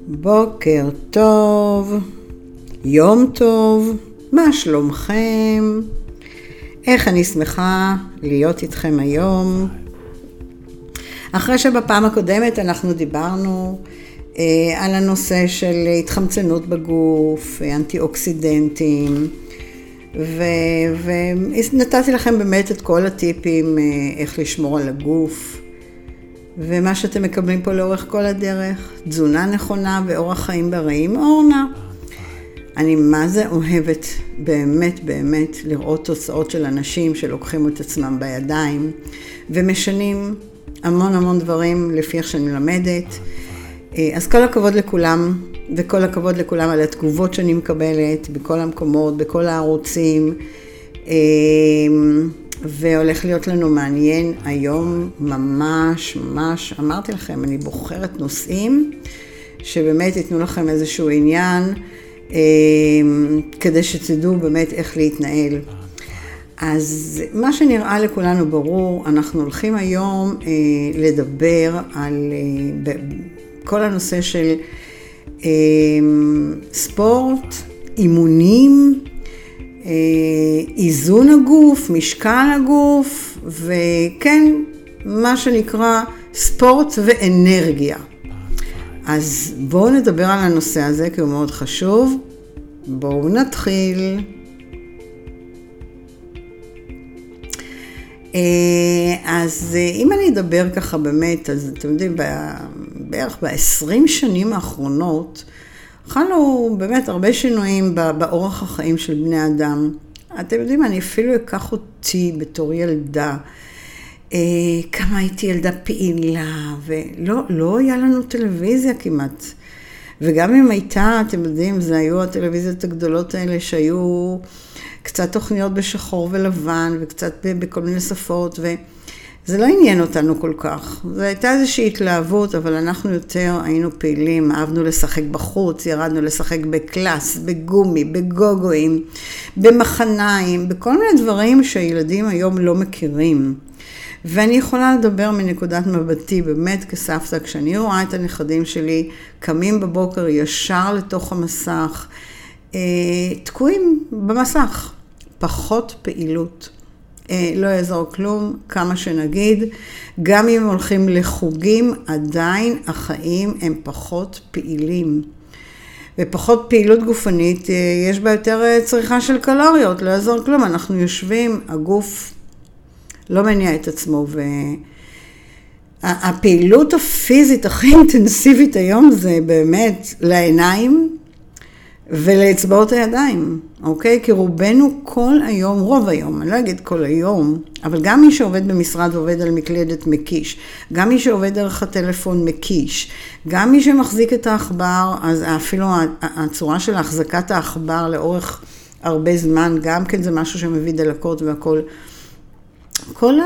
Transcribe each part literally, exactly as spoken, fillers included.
בוקר טוב, יום טוב, מה שלומכם? איך אני שמחה להיות איתכם היום. אחרי שבפעם הקודמת אנחנו דיברנו אה, על הנושא של התחמצנות בגוף, אנטי-אוקסידנטים, ו- ונתתי לכם באמת את כל הטיפים אה, איך לשמור על הגוף. ומה שאתם מקבלים פה לאורך כל הדרך, תזונה נכונה ואורח חיים בריא עם אורנה. אני מה זה אוהבת באמת באמת לראות תוצאות של אנשים שלוקחים את עצמם בידיים ומשנים המון המון דברים לפי איך שאני מלמדת. אז כל הכבוד לכולם, וכל הכבוד לכולם על התגובות שאני מקבלת בכל המקומות, בכל הערוצים. והולך להיות לנו מעניין היום ממש ממש, אמרתי לכם, אני בוחרת נושאים שבאמת ייתנו לכם איזשהו עניין אה, כדי שתדעו באמת איך להתנהל. אז מה שנראה לכולנו ברור, אנחנו הולכים היום אה, לדבר על אה, כל הנושא של אה, ספורט, אימונים, איזון הגוף, משקל הגוף, וכן, מה שנקרא ספורט ואנרגיה. אז בואו נדבר על הנושא הזה, כי הוא מאוד חשוב. בואו נתחיל. אז אם אני אדבר ככה באמת, אז אתם יודעים, בערך ב-עשרים שנים האחרונות, חלו באמת הרבה שינויים באורח החיים של בני אדם. אתם יודעים, אני אפילו אקח אותי בתור ילדה, אה, כמה הייתי ילדה פעילה, ולא לא היה לנו טלוויזיה כמעט. וגם אם הייתה, אתם יודעים, זה היו הטלוויזיות הגדולות האלה שהיו קצת תוכניות בשחור ולבן, וקצת בכל מיני שפות, ו... זה לא עניין אותנו כל כך. זו הייתה איזושהי התלהבות, אבל אנחנו יותר היינו פעילים, אהבנו לשחק בחוץ, ירדנו לשחק בקלאס, בגומי, בגוגויים, במחניים, בכל מיני דברים שהילדים היום לא מכירים. ואני יכולה לדבר מנקודת מבטי, באמת כסבתא, כשאני רואה את הנכדים שלי, קמים בבוקר ישר לתוך המסך, תקועים במסך, פחות פעילות. לא יעזור כלום, כמה שנגיד, גם אם הולכים לחוגים, עדיין החיים הם פחות פעילים. ופחות פעילות גופנית, יש בה יותר צריכה של קלוריות, לא יעזור כלום, אנחנו יושבים, הגוף לא מניע את עצמו, והפעילות הפיזית הכי אינטנסיבית היום זה באמת לעיניים, ולאצבעות הידיים, אוקיי? כי רובנו כל היום, רוב היום, אני לא אגיד כל היום, אבל גם מי שעובד במשרד ועובד על מקלדת מקיש, גם מי שעובד דרך הטלפון מקיש, גם מי שמחזיק את העכבר, אז אפילו הצורה של החזקת העכבר לאורך הרבה זמן, גם כן זה משהו שמביא דלקות והכל. כל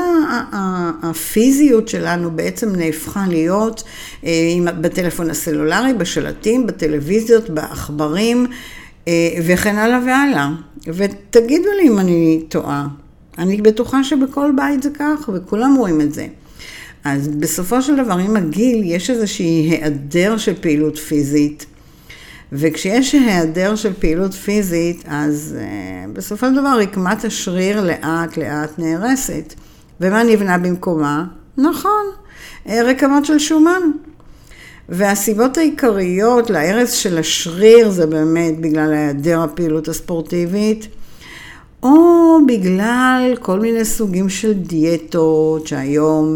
הפיזיות שלנו בעצם נהפכה להיות בטלפון הסלולרי, בשלטים, בטלוויזיות, בעכברים וכן הלאה והלאה. ותגידו לי אם אני טועה. אני בטוחה שבכל בית זה כך וכולם רואים את זה. אז בסופו של דבר עם הגיל יש איזושהי היעדר של פעילות פיזית. וכשיש היעדר של פעילות פיזית, אז uh, בסופו של דבר רקמת השריר לאט לאט נהרסת. ומה נבנה במקומה? נכון, רקמות של שומן. והסיבות העיקריות להרס של השריר זה באמת בגלל היעדר הפעילות הספורטיבית, או בגלל כל מיני סוגים של דיאטות שהיום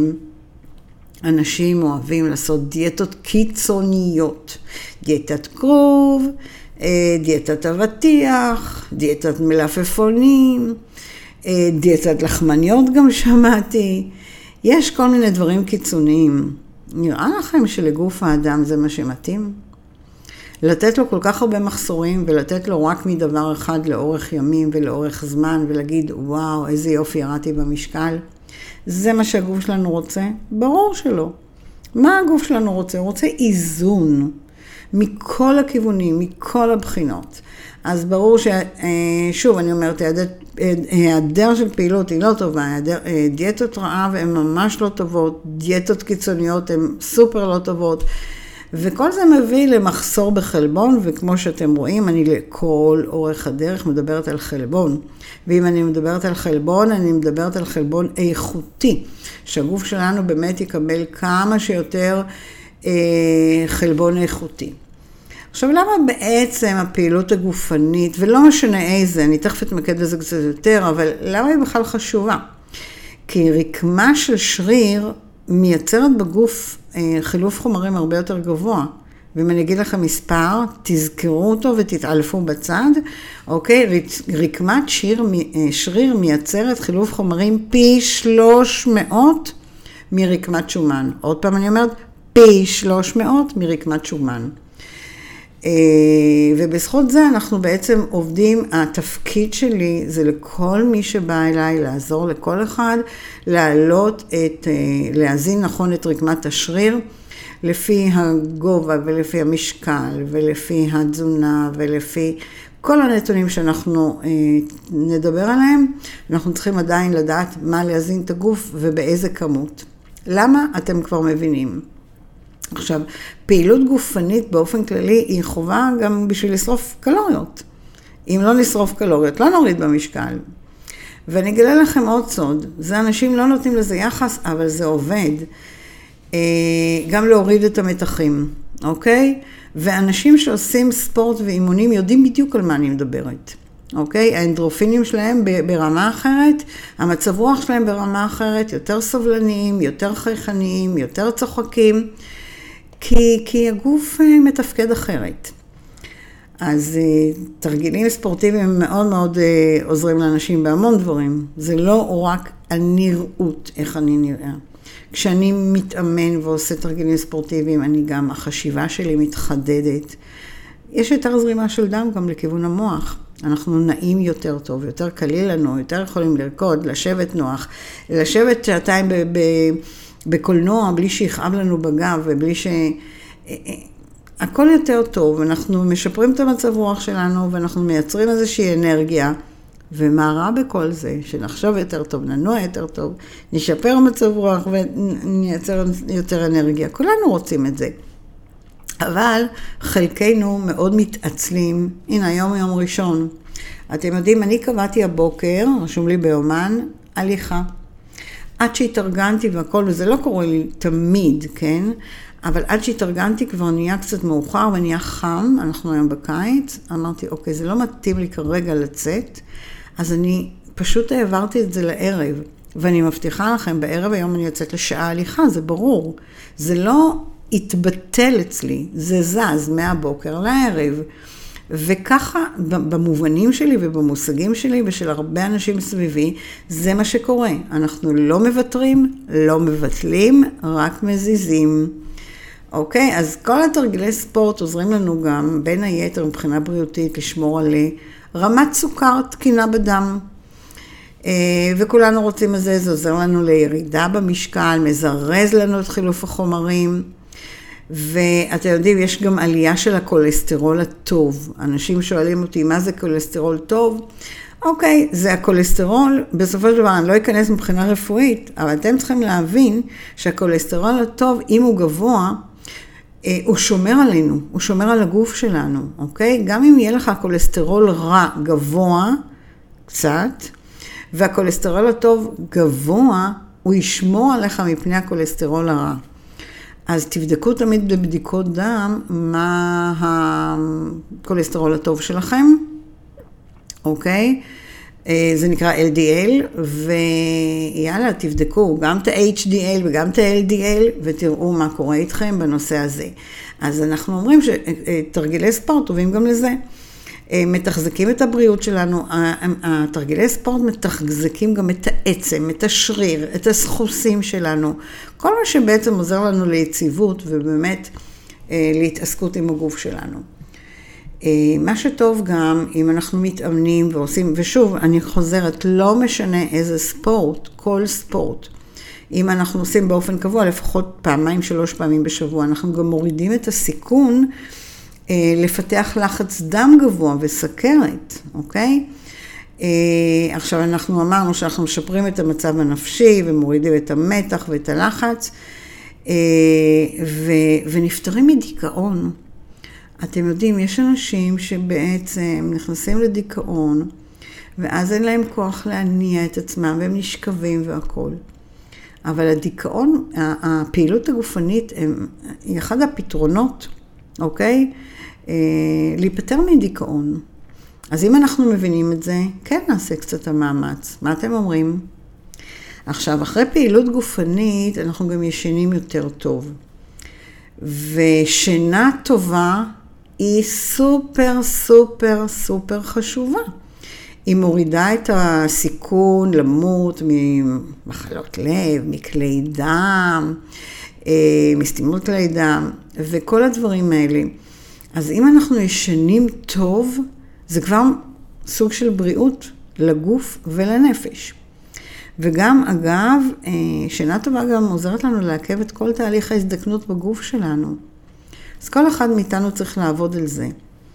uh, אנשים אוהבים לעשות דיאטות קיצוניות. דיאטת כרוב, דיאטת אבטיח, דיאטת מלפפונים, דיאטת לחמניות גם שמעתי. יש כל מיני דברים קיצוניים. נראה לכם שלגוף האדם זה מה שמתאים? לתת לו כל כך הרבה מחסורים ולתת לו רק מדבר אחד לאורך ימים ולאורך זמן ולהגיד וואו איזה יופי ירדתי במשקל? זה מה שהגוף שלנו רוצה? ברור שלא. מה הגוף שלנו רוצה? הוא רוצה איזון. מכל הכיוונים, מכל הבחינות. אז ברור ששוב, אני אומרת, היעדר של פעילות היא לא טובה, דיאטות רעב הן ממש לא טובות, דיאטות קיצוניות הן סופר לא טובות, וכל זה מביא למחסור בחלבון, וכמו שאתם רואים, אני לכל אורך הדרך מדברת על חלבון. ואם אני מדברת על חלבון, אני מדברת על חלבון איכותי, שהגוף שלנו באמת יקבל כמה שיותר אה, חלבון איכותי. עכשיו, למה בעצם הפעילות הגופנית, ולא משנה איזה, אני תכף אתמקד בזה קצת יותר, אבל למה היא בכלל חשובה? כי רקמה של שריר מייצרת בגוף חילוף חומרים הרבה יותר גבוה. ואם אני אגיד לכם מספר, תזכרו אותו ותתעלפו בצד. אוקיי, רקמת שריר, שריר מייצרת חילוף חומרים פי שלוש מאות מרקמת שומן. עוד פעם אני אומרת, פי שלוש מאות מרקמת שומן. ובזכות זה אנחנו בעצם עובדים, התפקיד שלי זה לכל מי שבא אליי, לעזור לכל אחד, להעלות את, להזין נכון את רקמת השריר, לפי הגובה ולפי המשקל ולפי התזונה ולפי כל הנתונים שאנחנו נדבר עליהם, אנחנו צריכים עדיין לדעת מה להזין את הגוף ובאיזה כמות. למה? אתם כבר מבינים. עכשיו, פעילות גופנית באופן כללי היא חובה גם בשביל לשרוף קלוריות. אם לא נשרוף קלוריות, לא נוריד במשקל. ואני אגלה לכם עוד סוד, זה אנשים לא נותנים לזה יחס, אבל זה עובד. גם להוריד את המתחים, אוקיי? ואנשים שעושים ספורט ואימונים יודעים בדיוק על מה אני מדברת. אוקיי? האנדרופינים שלהם ברמה אחרת, המצב רוח שלהם ברמה אחרת, יותר סובלניים, יותר חייכניים, יותר צוחקים. כי, כי הגוף מתפקד אחרת. אז תרגילים ספורטיביים מאוד מאוד עוזרים לאנשים בהמון דברים. זה לא רק הנראות, איך אני נראה. כשאני מתאמן ועושה תרגילים ספורטיביים, אני גם, החשיבה שלי מתחדדת. יש יותר זרימה של דם גם לכיוון המוח. אנחנו נעים יותר טוב, יותר קליל לנו, יותר יכולים לרקוד, לשבת נוח, לשבת שעתיים ב... ב בקולנוע, בלי שיכאב לנו בגב, ובלי ש... הכל יותר טוב, אנחנו משפרים את המצב רוח שלנו, ואנחנו מייצרים איזושהי אנרגיה, ומה רע בכל זה? שנחשוב יותר טוב, ננוע יותר טוב, נשפר מצב רוח, ונייצר יותר אנרגיה. כולנו רוצים את זה. אבל חלקנו מאוד מתעצלים. הנה, היום יום ראשון. אתם יודעים, אני קבעתי הבוקר, רשום לי ביומן, הליכה. עד שהתארגנתי והכל, וזה לא קורה לי תמיד, כן? אבל עד שהתארגנתי כבר נהיה קצת מאוחר ונהיה חם, אנחנו היום בקיץ, אמרתי, אוקיי, זה לא מתאים לי כרגע לצאת, אז אני פשוט העברתי את זה לערב, ואני מבטיחה לכם, בערב היום אני יוצאת לשעה הליכה, זה ברור. זה לא התבטל אצלי, זה זז מהבוקר לערב. וככה במובנים שלי ובמושגים שלי ושל הרבה אנשים סביבי, זה מה שקורה. אנחנו לא מוותרים, לא מבטלים, רק מזיזים. אוקיי? אז כל התרגילי ספורט עוזרים לנו גם, בין היתר מבחינה בריאותית, לשמור על רמת סוכר תקינה בדם. וכולנו רוצים את זה, זה עוזר לנו לירידה במשקל, מזרז לנו את חילוף החומרים. ואתם יודעים, יש גם עלייה של הכולסטרול הטוב. אנשים שואלים אותי, מה זה כולסטרול טוב? אוקיי, זה הכולסטרול, בסופו של דבר, אני לא אכנס מבחינה רפואית, אבל אתם צריכים להבין שהכולסטרול הטוב, אם הוא גבוה, הוא שומר עלינו, הוא שומר על הגוף שלנו, אוקיי? גם אם יהיה לך כולסטרול רע גבוה, קצת, והכולסטרול הטוב גבוה, הוא ישמור עליך מפני הכולסטרול הרע. אז תבדקו תמיד בבדיקות דם מה הכולסטרול הטוב שלכם, אוקיי? זה נקרא אל די אל, ויאללה, תבדקו גם את ה-אייץ' די אל וגם את ה-אל די אל, ותראו מה קורה איתכם בנושא הזה. אז אנחנו אומרים שתרגילי ספורט טובים גם לזה. מתחזקים את הבריאות שלנו, התרגילי ספורט מתחזקים גם את העצם, את השריר, את הסחוסים שלנו, כל מה שבעצם עוזר לנו ליציבות ובאמת להתעסקות עם הגוף שלנו. מה שטוב גם אם אנחנו מתאמנים ועושים, ושוב אני חוזרת, לא משנה איזה ספורט, כל ספורט, אם אנחנו עושים באופן קבוע, לפחות פעמיים, שלוש פעמים בשבוע, אנחנו גם מורידים את הסיכון לפתח לחץ דם גבוה וסכרת, אוקיי? עכשיו אנחנו אמרנו שאנחנו משפרים את המצב הנפשי ומורידים את המתח ואת הלחץ. ו- ונפטרים מדיכאון. אתם יודעים, יש אנשים שבעצם נכנסים לדיכאון, ואז אין להם כוח להניע את עצמם, והם נשכבים והכל. אבל הדיכאון, הפעילות הגופנית, היא אחד הפתרונות, אוקיי? להיפטר מדיכאון. אז אם אנחנו מבינים את זה, כן נעשה קצת המאמץ. מה אתם אומרים? עכשיו, אחרי פעילות גופנית, אנחנו גם ישנים יותר טוב. ושינה טובה היא סופר, סופר, סופר חשובה. היא מורידה את הסיכון למות ממחלות לב, מכלי דם, מסתימות כלי דם, וכל הדברים האלה. אז אם אנחנו ישנים טוב, זה כבר סוג של בריאות לגוף ולנפש. וגם, אגב, שינה טובה גם עוזרת לנו לעכב את כל תהליך ההזדקנות בגוף שלנו. אז כל אחד מאיתנו צריך לעבוד על זה.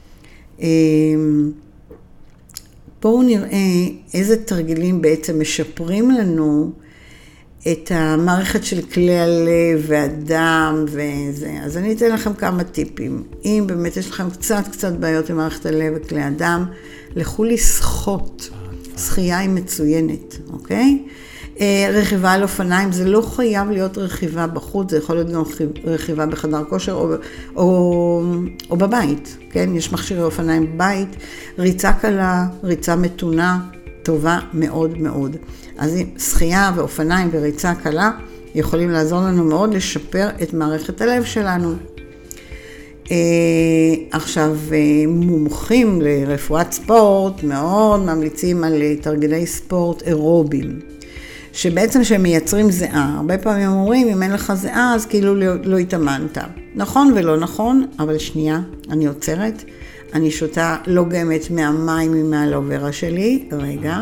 בואו נראה איזה תרגילים בעצם משפרים לנו את המערכת של כלי הלב והדם וזה. אז אני אתן לכם כמה טיפים. אם באמת יש לכם קצת קצת בעיות עם מערכת הלב וכלי הדם, לכו לשחות. שחייה היא מצוינת, אוקיי? רכיבה על אופניים, זה לא חייב להיות רכיבה בחוץ, זה יכול להיות גם רכיבה בחדר כושר או, או, או בבית, כן? יש מכשירי אופניים בבית, ריצה קלה, ריצה מתונה, טובה מאוד מאוד. אז שחייה ואופניים וריצה קלה יכולים לעזור לנו מאוד לשפר את מערכת הלב שלנו. עכשיו, מומחים לרפואת ספורט מאוד ממליצים על תרגילי ספורט אירובים, שבעצם שהם מייצרים זיעה. הרבה פעמים אומרים, אם אין לך זיעה, אז כאילו לא, לא התאמנת. נכון ולא נכון, אבל שנייה, אני עוצרת. אני שותה לא גמת מהמים עם האלוברה שלי. רגע.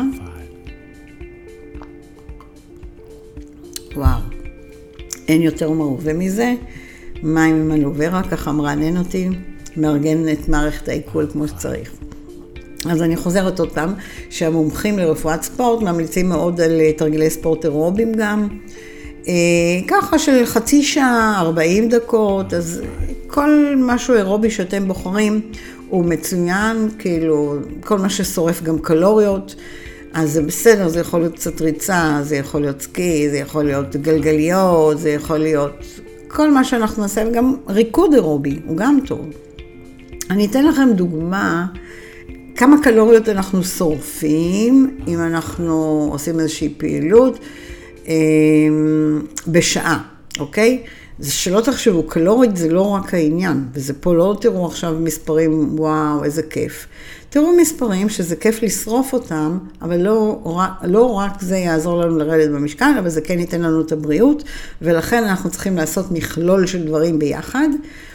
וואו. אין יותר מרובה מזה. מים עם אלוברה, ככה מרענן אותי, מארגן את מערכת העיכול כמו שצריך. אז אני חוזרת עוד פעם, שהמומחים לרפואת ספורט ממליצים מאוד על תרגילי ספורט אירובים גם, ככה של חצי שעה, ארבעים דקות, אז כל משהו אירובי שאתם בוחרים הוא מצוין, כאילו כל מה ששורף גם קלוריות, אז זה בסדר, זה יכול להיות קצת ריצה, זה יכול להיות סקי, זה יכול להיות גלגליות, זה יכול להיות כל מה שאנחנו נעשה, וגם ריקוד אירובי, הוא גם טוב. אני אתן לכם דוגמה, כמה קלוריות אנחנו שורפים, אם אנחנו עושים איזושהי פעילות, אה, בשעה, אוקיי? זה שלא תחשבו, קלורית זה לא רק העניין, וזה פה לא תראו עכשיו מספרים, וואו, איזה כיף. תראו מספרים שזה כיף לשרוף אותם, אבל לא, לא רק זה יעזור לנו לרדת במשקל, אבל זה כן ייתן לנו את הבריאות, ולכן אנחנו צריכים לעשות מכלול של דברים ביחד.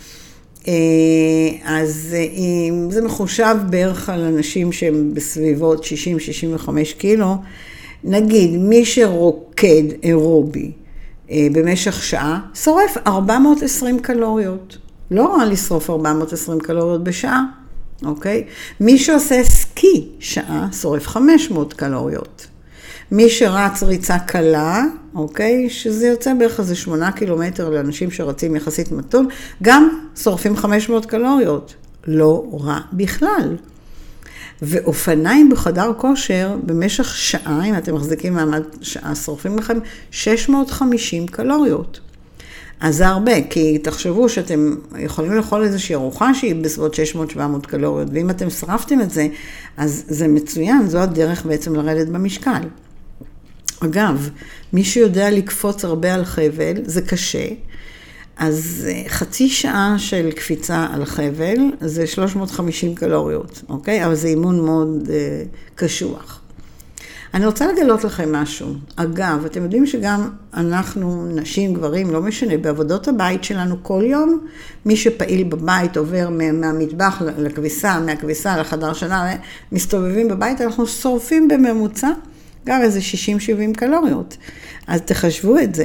אז זה מחושב בערך על אנשים שהם בסביבות שישים שישים וחמש קילו. נגיד, מי שרוקד אירובי במשך שעה, שורף ארבע מאות ועשרים קלוריות. לא רע לשרוף ארבע מאות ועשרים קלוריות בשעה, אוקיי? מי שעושה סקי שעה, שורף חמש מאות קלוריות. מי שרץ ריצה קלה, אוקיי? שזה יוצא בערך איזה שמונה קילומטר לאנשים שרצים יחסית מתון, גם שורפים חמש מאות קלוריות. לא רע בכלל. ואופניים בחדר כושר, במשך שעה, אם אתם מחזיקים מעמד שעה, שורפים לכם שש מאות וחמישים קלוריות. אז זה הרבה, כי תחשבו שאתם יכולים לאכול איזושהי ארוחה שהיא בסביבות שש מאות שבע מאות קלוריות, ואם אתם שרפתם את זה, אז זה מצוין, זו הדרך בעצם לרדת במשקל. אגב, מי שיודע לקפוץ הרבה על חבל, זה קשה, אז חצי שעה של קפיצה על חבל, זה שלוש מאות וחמישים קלוריות, אוקיי? אבל זה אימון מאוד אה, קשוח. אני רוצה לגלות לכם משהו. אגב, אתם יודעים שגם אנחנו, נשים, גברים, לא משנה, בעבודות הבית שלנו כל יום, מי שפעיל בבית עובר מהמטבח לכביסה, מהכביסה לחדר שנה, מסתובבים בבית, אנחנו שורפים בממוצע, גם איזה שישים שבעים קלוריות. אז תחשבו את זה.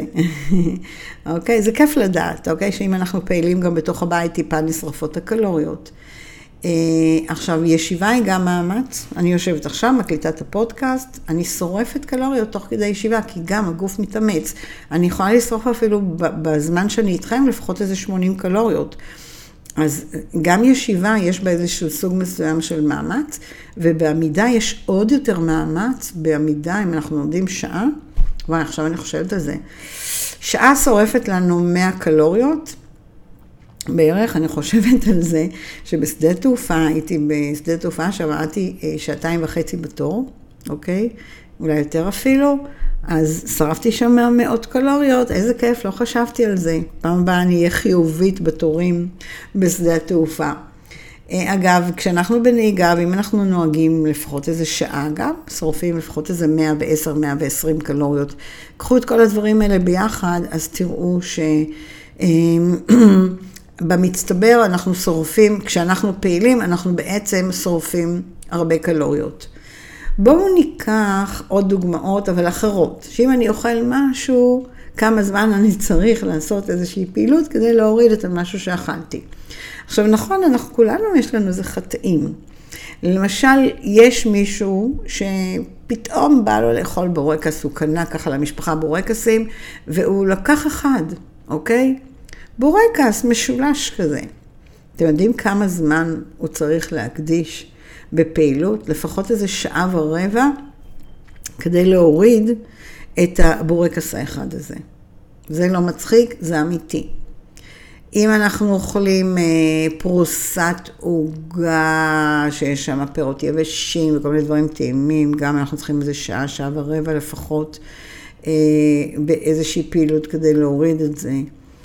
אוקיי? זה כיף לדעת, אוקיי? שאם אנחנו פעילים גם בתוך הבית, טיפה נשרפות הקלוריות. עכשיו, ישיבה היא גם מאמץ. אני יושבת עכשיו, מקליטה את הפודקאסט, אני שורפת קלוריות תוך כדי ישיבה, כי גם הגוף מתאמץ. אני יכולה לשרוף אפילו בזמן שאני איתכם, לפחות איזה שמונים קלוריות. אז גם ישיבה יש בה איזשהו סוג מסוים של מאמץ, ובעמידה יש עוד יותר מאמץ. בעמידה, אם אנחנו לומדים שעה, וואי, עכשיו אני חושבת על זה. שעה שורפת לנו מאה קלוריות, בערך. אני חושבת על זה שבשדה תעופה, הייתי בשדה תעופה, שעברתי שעתיים וחצי בתור, אוקיי? אולי יותר אפילו, אז שרפתי שם מאות קלוריות, איזה כיף, לא חשבתי על זה. פעם הבאה אני אהיה חיובית בתורים בשדה התעופה. אגב, כשאנחנו בנהיגה, ואם אנחנו נוהגים לפחות איזה שעה, אגב, שורפים לפחות איזה מאה ועשר מאה ועשרים קלוריות. קחו את כל הדברים האלה ביחד, אז תראו ש... במצטבר אנחנו שורפים, כשאנחנו פעילים, אנחנו בעצם שורפים הרבה קלוריות. בואו ניקח עוד דוגמאות, אבל אחרות. שאם אני אוכל משהו, כמה זמן אני צריך לעשות איזושהי פעילות כדי להוריד את המשהו שאכלתי. עכשיו נכון, אנחנו כולנו יש לנו איזה חטאים. למשל, יש מישהו שפתאום בא לו לאכול בורקס, הוא קנה ככה למשפחה בורקסים, והוא לקח אחד, אוקיי? בורקס משולש כזה. אתם יודעים כמה זמן הוא צריך להקדיש בפעילות? לפחות איזה שעה ורבע, כדי להוריד את הבורקס האחד הזה. זה לא מצחיק, זה אמיתי. אם אנחנו אוכלים פרוסת עוגה, שיש שם פירות יבשים וכל מיני דברים טעימים, גם אנחנו צריכים איזה שעה, שעה ורבע לפחות, באיזושהי פעילות כדי להוריד את זה.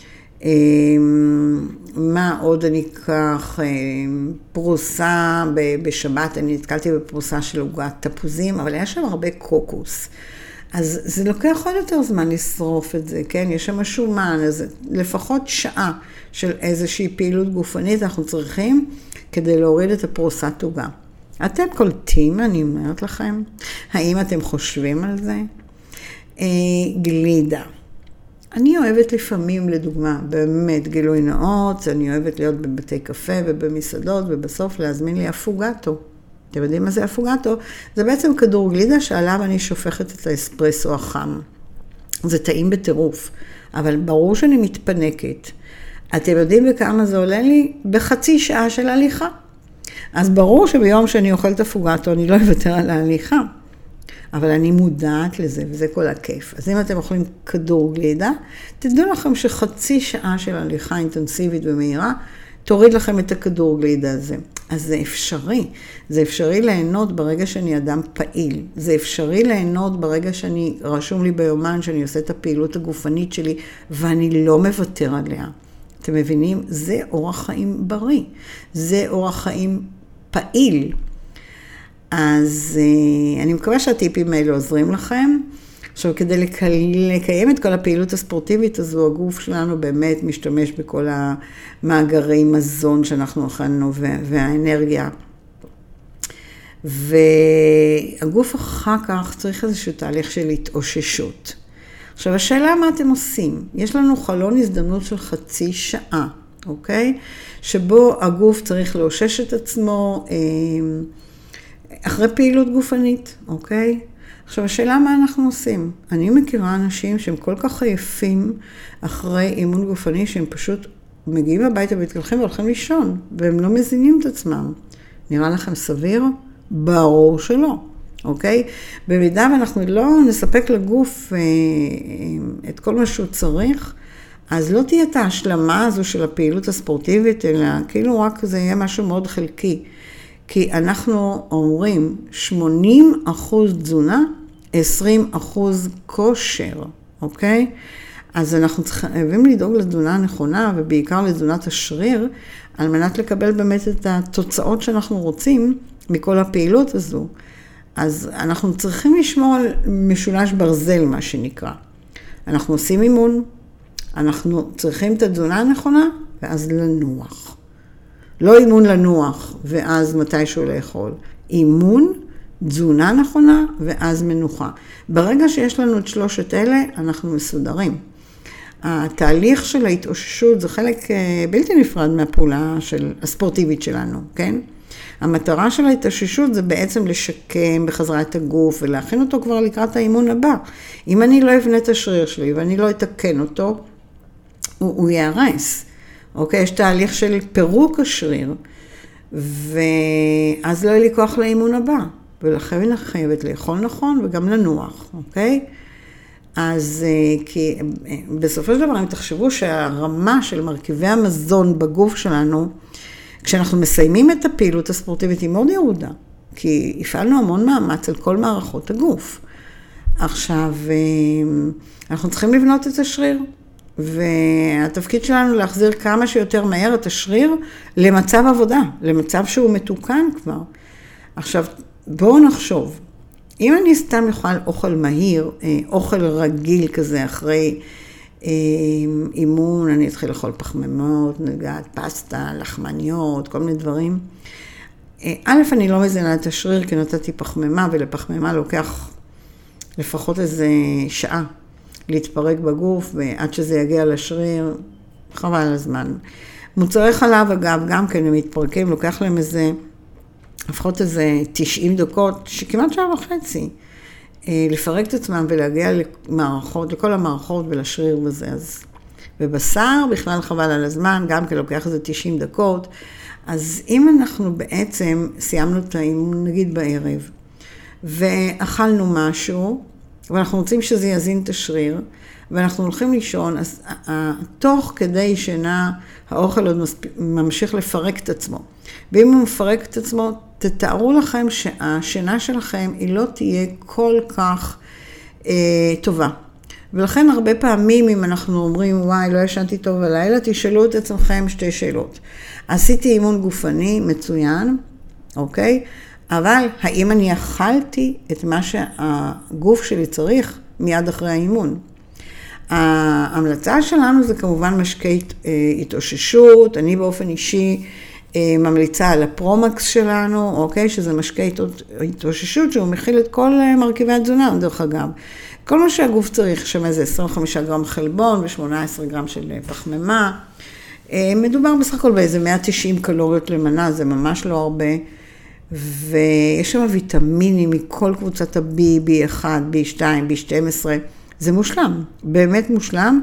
מה עוד אני אקח? פרוסה בשבת, אני נתקלתי בפרוסה של עוגת תפוזים, אבל היה שם הרבה קוקוס. אז זה לוקח עוד יותר זמן לשרוף את זה, כן? יש שם שומן, אז לפחות שעה של איזושהי פעילות גופנית אנחנו צריכים כדי להוריד את הפרוסת עוגה. אתם קולטים, אני אומרת לכם, האם אתם חושבים על זה? גלידה. אני אוהבת לפעמים, לדוגמה, באמת גילוי נאות, אני אוהבת להיות בבתי קפה ובמסעדות, ובסוף להזמין לי אפוגטו. אתם יודעים מה זה אפוגטו? זה בעצם כדור גלידה שעליו אני שופכת את האספרסו החם. זה טעים בטירוף, אבל ברור שאני מתפנקת. אתם יודעים בכמה זה עולה לי? בחצי שעה של הליכה. אז ברור שביום שאני אוכלת אפוגטו אני לא אוותר על ההליכה. אבל אני מודעת לזה, וזה כל הכיף. אז אם אתם אוכלים כדור גלידה, תדעו לכם שחצי שעה של הליכה אינטנסיבית ומהירה, תוריד לכם את הכדור גלידה הזה. אז זה אפשרי. זה אפשרי ליהנות ברגע שאני אדם פעיל. זה אפשרי ליהנות ברגע שאני, רשום לי ביומן, שאני עושה את הפעילות הגופנית שלי, ואני לא מוותר עליה. אתם מבינים? זה אורח חיים בריא. זה אורח חיים פעיל. אז אני מקווה שהטיפים האלה עוזרים לכם. עכשיו, כדי לקיים את כל הפעילות הספורטיבית הזו, הגוף שלנו באמת משתמש בכל המאגרי מזון שאנחנו אכלנו והאנרגיה. והגוף אחר כך צריך איזשהו תהליך של התאוששות. עכשיו, השאלה מה אתם עושים? יש לנו חלון הזדמנות של חצי שעה, אוקיי? שבו הגוף צריך לאושש את עצמו אחרי פעילות גופנית, אוקיי? עכשיו, השאלה מה אנחנו עושים? אני מכירה אנשים שהם כל כך עייפים אחרי אימון גופני, שהם פשוט מגיעים הביתה והתקלחים והולכים לישון, והם לא מזינים את עצמם. נראה לכם סביר? ברור שלא, אוקיי? במידה ואנחנו לא נספק לגוף אה, את כל מה שהוא צריך, אז לא תהיה את ההשלמה הזו של הפעילות הספורטיבית, אלא כאילו רק זה יהיה משהו מאוד חלקי. כי אנחנו אומרים שמונים אחוז תזונה, עשרים אחוז כושר, אוקיי? אז אנחנו חייבים לדאוג לתזונה הנכונה, ובעיקר לתזונת השריר, על מנת לקבל באמת את התוצאות שאנחנו רוצים מכל הפעילות הזו. אז אנחנו צריכים לשמור על משולש ברזל, מה שנקרא. אנחנו עושים אימון, אנחנו צריכים את התזונה הנכונה, ואז לנוח. לא אימון לנוח, ואז מתישהו לאכול. אימון, תזונה נכונה, ואז מנוחה. ברגע שיש לנו את שלושת אלה, אנחנו מסודרים. התהליך של ההתאוששות זה חלק בלתי נפרד מהפעולה של הספורטיבית שלנו, כן? המטרה של ההתאוששות זה בעצם לשקם בחזרה את הגוף ולהכין אותו כבר לקראת האימון הבא. אם אני לא אבנה את השריר שלי ואני לא אתקן אותו, הוא, הוא יערס. אוקיי? יש תהליך של פירוק השריר, ואז לא יהיה לי כוח לאימון הבא. ולכן אני חייבת לאכול נכון וגם לנוח, אוקיי? אז כי בסופו של דבר, אם תחשבו שהרמה של מרכיבי המזון בגוף שלנו, כשאנחנו מסיימים את הפעילות הספורטיבית היא מאוד ירודה, כי הפעלנו המון מאמץ על כל מערכות הגוף. עכשיו, אנחנו צריכים לבנות את השריר, והתפקיד שלנו להחזיר כמה שיותר מהר את השריר למצב עבודה, למצב שהוא מתוקן כבר. עכשיו, בואו נחשוב, אם אני סתם אוכל אוכל מהיר, אוכל רגיל כזה אחרי אימון, אני אתחיל לאכול פחמימות, נגעת, פסטה, לחמניות, כל מיני דברים. א', אני לא מזינה את השריר כי נתתי פחמימה, ולפחמימה לוקח לפחות איזה שעה להתפרק בגוף, ועד שזה יגיע לשריר, חבל על הזמן. מוצרי חלב, אגב, גם כן הם מתפרקים, לוקח להם איזה, לפחות איזה תשעים דקות, שכמעט שעה וחצי. לפרק את עצמם ולהגיע למערכות, לכל המערכות ולשריר וזה. אז, ובשר בכלל חבל על הזמן, גם כי לוקח איזה תשעים דקות. אז אם אנחנו בעצם סיימנו את האימון, נגיד בערב, ואכלנו משהו, ואנחנו רוצים שזה יזין את השריר, ואנחנו הולכים לישון, אז תוך כדי שינה, האוכל עוד ממשיך לפרק את עצמו. ואם הוא מפרק את עצמו, תתארו לכם שהשינה שלכם היא לא תהיה כל כך אה, טובה. ולכן הרבה פעמים אם אנחנו אומרים, וואי, לא ישנתי טוב בלילה, תשאלו את עצמכם שתי שאלות. עשיתי אימון גופני מצוין, אוקיי? אבל האם אני אכלתי את מה שהגוף שלי צריך מיד אחרי האימון? ההמלצה שלנו זה כמובן משקי התאוששות, אני באופן אישי ממליצה על הפרומקס שלנו, אוקיי? שזה משקי התאוששות שהוא מכיל את כל מרכיבי התזונה, דרך אגב. כל מה שהגוף צריך, שם זה עשרים וחמישה גרם חלבון ו-שמונה עשרה גרם של פחמימה. מדובר בסך הכל באיזה מאה ותשעים קלוריות למנה, זה ממש לא הרבה. ויש שם ויטמינים מכל קבוצת ה-B, בי אחת, בי שתיים, בי שתים עשרה. זה מושלם, באמת מושלם.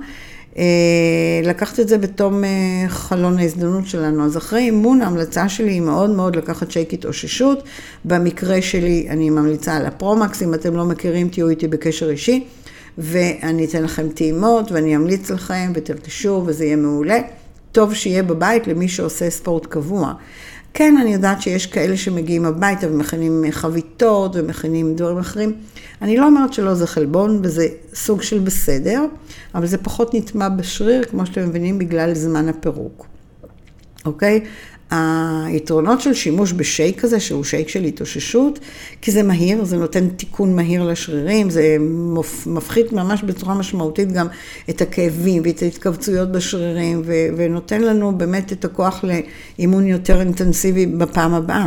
לקחת את זה בתום חלון ההזדמנות שלנו. אז אחרי אימון, ההמלצה שלי היא מאוד מאוד לקחת שייק התאוששות. במקרה שלי אני ממליצה על הפרומקס, אם אתם לא מכירים תהיו איתי בקשר אישי, ואני אתן לכם טעימות ואני אמליץ לכם ותרתשו וזה יהיה מעולה. טוב שיהיה בבית למי שעושה ספורט קבוע. כן, אני יודעת שיש כאלה שמגיעים הביתה ומכינים חביתות ומכינים דברים אחרים. אני לא אומרת שלא זה חלבון וזה סוג של בסדר, אבל זה פחות נטמע בשריר, כמו שאתם מבינים, בגלל זמן הפירוק. אוקיי? היתרונות של שימוש בשייק כזה, שהוא שייק של התאוששות, כי זה מהיר, זה נותן תיקון מהיר לשרירים, זה מפחית ממש בצורה משמעותית גם את הכאבים ואת ההתכווצויות בשרירים, ו- ונותן לנו באמת את הכוח לאימון יותר אינטנסיבי בפעם הבאה.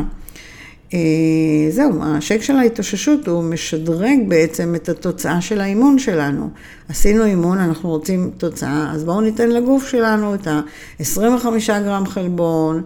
זהו, השייק של ההתאוששות הוא משדרג בעצם את התוצאה של האימון שלנו. עשינו אימון, אנחנו רוצים תוצאה, אז בואו ניתן לגוף שלנו את ה-עשרים וחמישה גרם חלבון,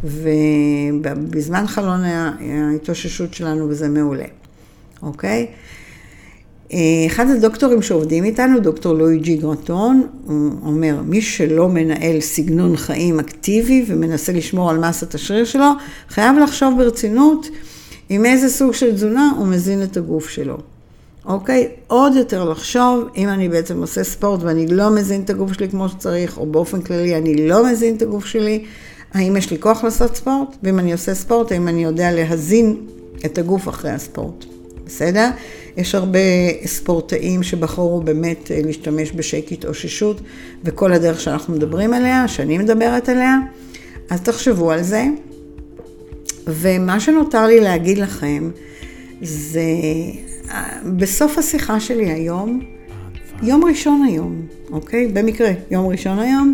ובזמן חלון ההתאוששות שלנו, וזה מעולה. אוקיי? אחד הדוקטורים שעובדים איתנו, דוקטור לואיג'י גרטון, הוא אומר, מי שלא מנהל סגנון חיים אקטיבי ומנסה לשמור על מסת השריר שלו, חייב לחשוב ברצינות עם איזה סוג של תזונה הוא מזין את הגוף שלו. אוקיי? עוד יותר לחשוב, אם אני בעצם עושה ספורט ואני לא מזין את הגוף שלי כמו שצריך, או באופן כללי אני לא מזין את הגוף שלי, האם יש לי כוח לעשות ספורט? ואם אני עושה ספורט, האם אני יודע להזין את הגוף אחרי הספורט? בסדר? יש הרבה ספורטאים שבחרו באמת להשתמש בשייק התאוששות, וכל הדרך שאנחנו מדברים עליה, שאני מדברת עליה, אז תחשבו על זה. ומה שנותר לי להגיד לכם, זה בסוף השיחה שלי היום, יום ראשון היום, אוקיי? במקרה, יום ראשון היום,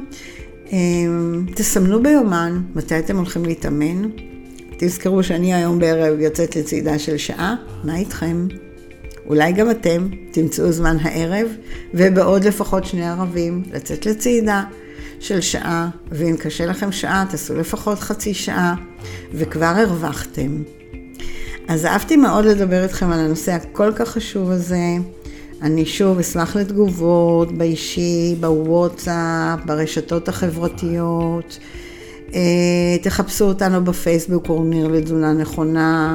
תסמנו ביומן מתי אתם הולכים להתאמן. תזכרו שאני היום בערב יוצאת לצעידה של שעה, מה איתכם? אולי גם אתם תמצאו זמן הערב, ובעוד לפחות שני ערבים לצאת לצעידה של שעה, ואם קשה לכם שעה, תעשו לפחות חצי שעה, וכבר הרווחתם. אז אהבתי מאוד לדבר איתכם על הנושא הכל כך חשוב הזה. אני שוב אשמח לתגובות באישי, בוואטסאפ, ברשתות החברתיות. תחפשו אותנו בפייסבוק, אורניר לתזונה נכונה.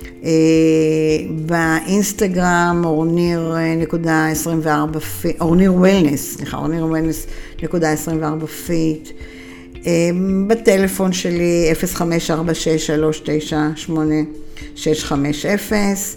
באינסטגרם, אורניר נקודה עשרים וארבע פיט, אורניר וולנס, סליחה, אורניר וולנס נקודה עשרים וארבע פיט. בטלפון שלי אפס חמש ארבע שש שלוש תשע שמונה שש חמש אפס.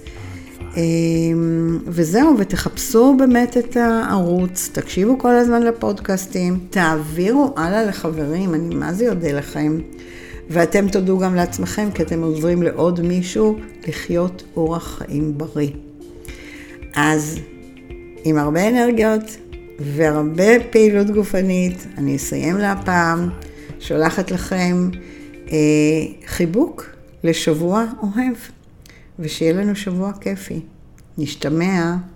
וזהו, ותחפשו באמת את הערוץ, תקשיבו כל הזמן לפודקאסטים, תעבירו הלאה לחברים, אני מה זה יודע לכם, ואתם תודו גם לעצמכם, כי אתם עוזרים לעוד מישהו לחיות אורח חיים בריא. אז עם הרבה אנרגיות והרבה פעילות גופנית, אני אסיים להפעם, שולחת לכם אה, חיבוק לשבוע אוהב. ושיהיה לנו שבוע כיפי. נשתמע.